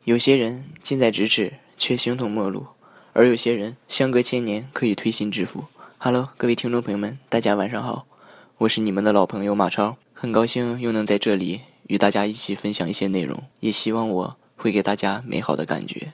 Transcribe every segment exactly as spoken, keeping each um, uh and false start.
有些人近在咫尺，却形同陌路，而有些人相隔千年，可以推心置腹。Hello， 各位听众朋友们，大家晚上好，我是你们的老朋友马超，很高兴又能在这里与大家一起分享一些内容，也希望我会给大家美好的感觉。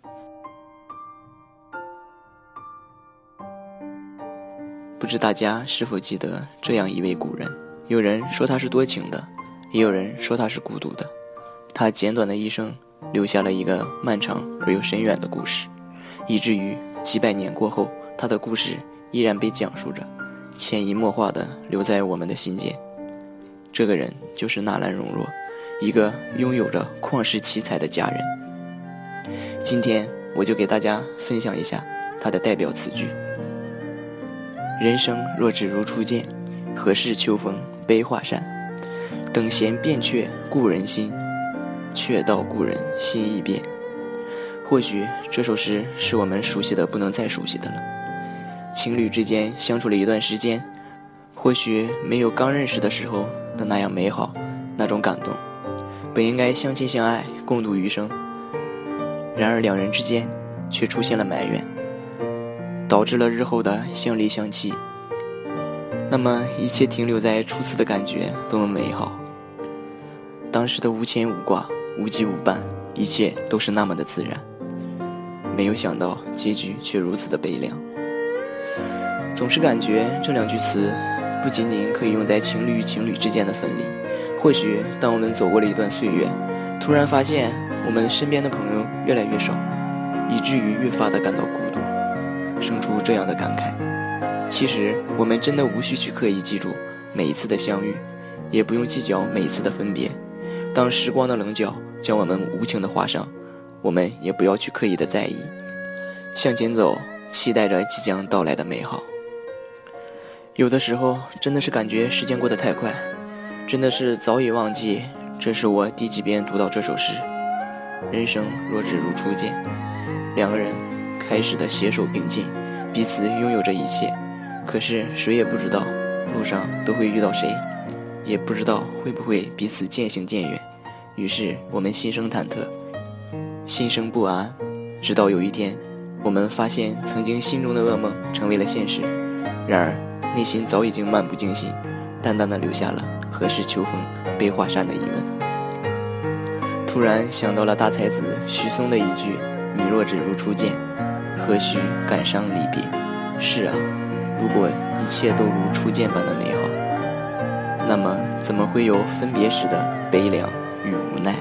不知大家是否记得这样一位古人？有人说他是多情的，也有人说他是孤独的。他简短的一生留下了一个漫长而又深远的故事，以至于几百年过后，他的故事依然被讲述着，潜移默化地留在我们的心间。这个人就是纳兰容若，一个拥有着旷世奇才的佳人。今天我就给大家分享一下他的代表词句：人生若只如初见，何事秋风悲画扇？等闲变却故人心，却道故人心易变。或许这首诗是我们熟悉的不能再熟悉的了。情侣之间相处了一段时间，或许没有刚认识的时候的那样美好，那种感动。本应该相亲相爱，共度余生，然而两人之间却出现了埋怨，导致了日后的相离相弃。那么一切停留在初次的感觉多么美好，当时的无牵无挂，无羁无伴，一切都是那么的自然。没有想到结局却如此的悲凉。总是感觉这两句词不仅仅可以用在情侣与情侣之间的分离，或许当我们走过了一段岁月，突然发现我们身边的朋友越来越少，以至于越发的感到孤独，生出这样的感慨。其实我们真的无需去刻意记住每一次的相遇，也不用计较每一次的分别。当时光的棱角将我们无情的划伤，我们也不要去刻意的在意，向前走，期待着即将到来的美好。有的时候真的是感觉时间过得太快，真的是早已忘记这是我第几遍读到这首诗。人生若只如初见，两个人开始的携手并进，彼此拥有着一切，可是谁也不知道路上都会遇到谁，也不知道会不会彼此渐行渐远。于是我们心生忐忑，心生不安，直到有一天我们发现曾经心中的噩梦成为了现实，然而内心早已经漫不经心，淡淡的留下了何事秋风悲画扇的疑问。突然想到了大才子许嵩的一句：你若只如初见，何须感伤离别。是啊，如果一切都如初见般的美好，那么怎么会有分别时的悲凉与无奈？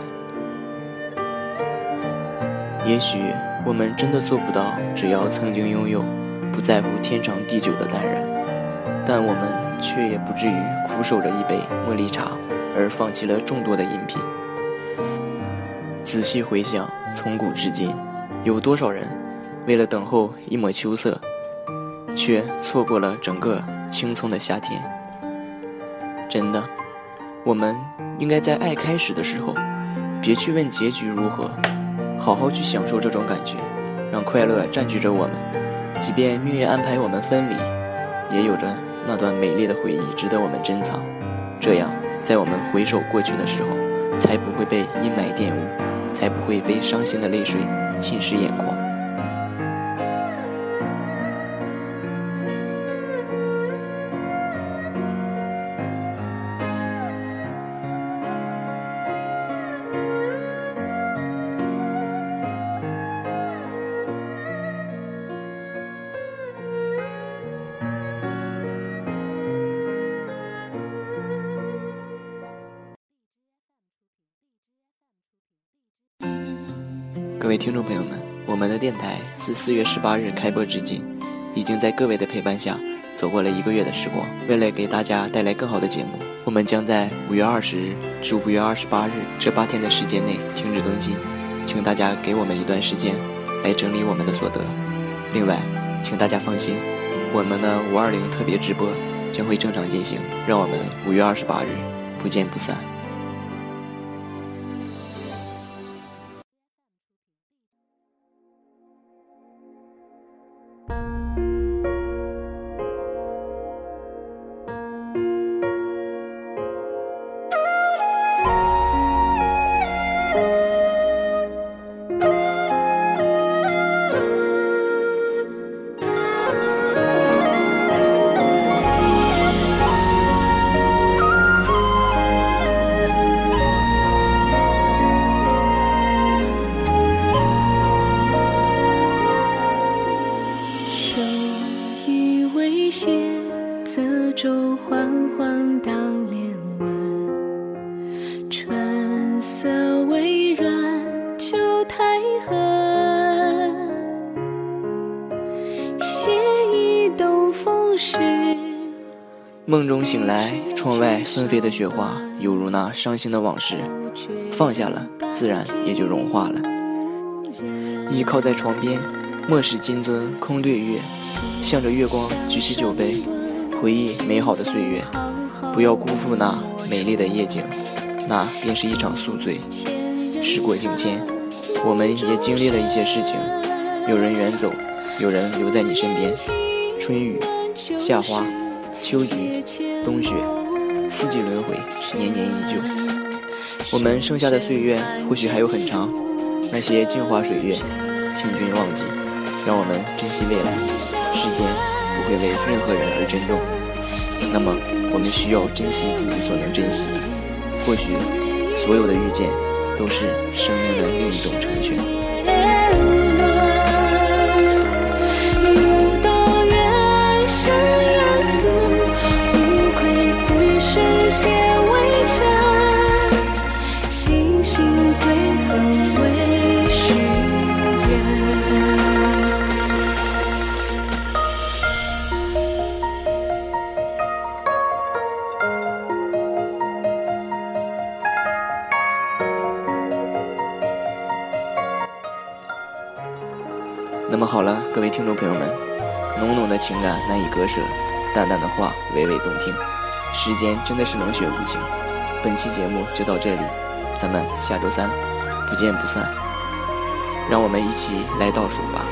也许我们真的做不到只要曾经拥有，不在乎天长地久的淡然，但我们却也不至于苦守着一杯茉莉茶而放弃了众多的饮品。仔细回想，从古至今，有多少人为了等候一抹秋色，却错过了整个青葱的夏天。真的，我们应该在爱开始的时候，别去问结局如何，好好去享受这种感觉，让快乐占据着我们。即便命运安排我们分离，也有着那段美丽的回忆值得我们珍藏。这样在我们回首过去的时候，才不会被阴霾玷污，才不会被伤心的泪水浸湿眼眶。各位听众朋友们，我们的电台自四月十八日开播至今，已经在各位的陪伴下走过了一个月的时光。为了给大家带来更好的节目，我们将在五月二十日至五月二十八日这八天的时间内停止更新，请大家给我们一段时间来整理我们的所得。另外，请大家放心，我们的五二零特别直播将会正常进行，让我们五月二十八日不见不散。 梦中醒来，窗外纷飞的雪花犹如那伤心的往事，放下了自然也就融化了。倚靠在床边，莫视金樽空对月，向着月光举起酒杯，回忆美好的岁月，不要辜负那美丽的夜景，那便是一场宿醉。时过境迁，我们也经历了一些事情，有人远走，有人留在你身边。春雨、夏花、秋菊、冬雪，四季轮回，年年依旧。我们剩下的岁月或许还有很长，那些镜花水月，请君忘记，让我们珍惜未来。世间不会为任何人而震动，那么我们需要珍惜自己所能珍惜。或许所有的遇见都是生命的另一种成全。那么好了，各位听众朋友们，浓浓的情感难以割舍，淡淡的话娓娓动听，时间真的是冷血无情。本期节目就到这里，咱们下周三不见不散。让我们一起来倒数吧。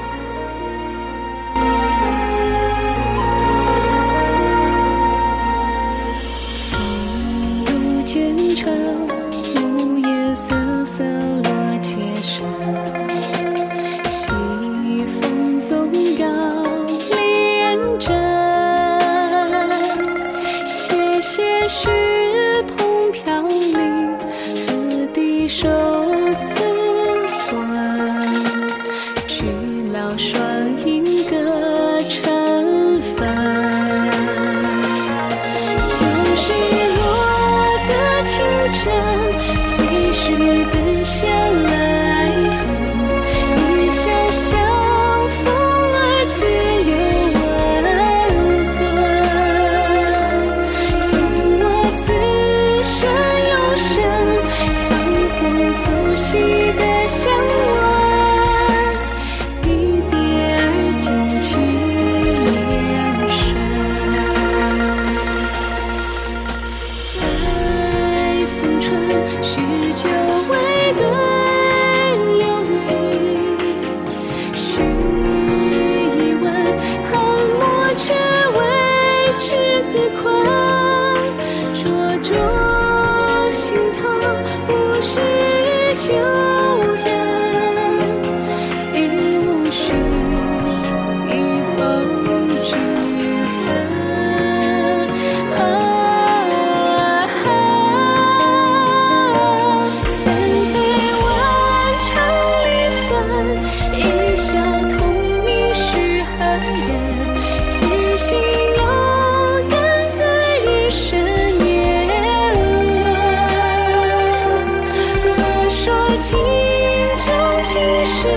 情中情深。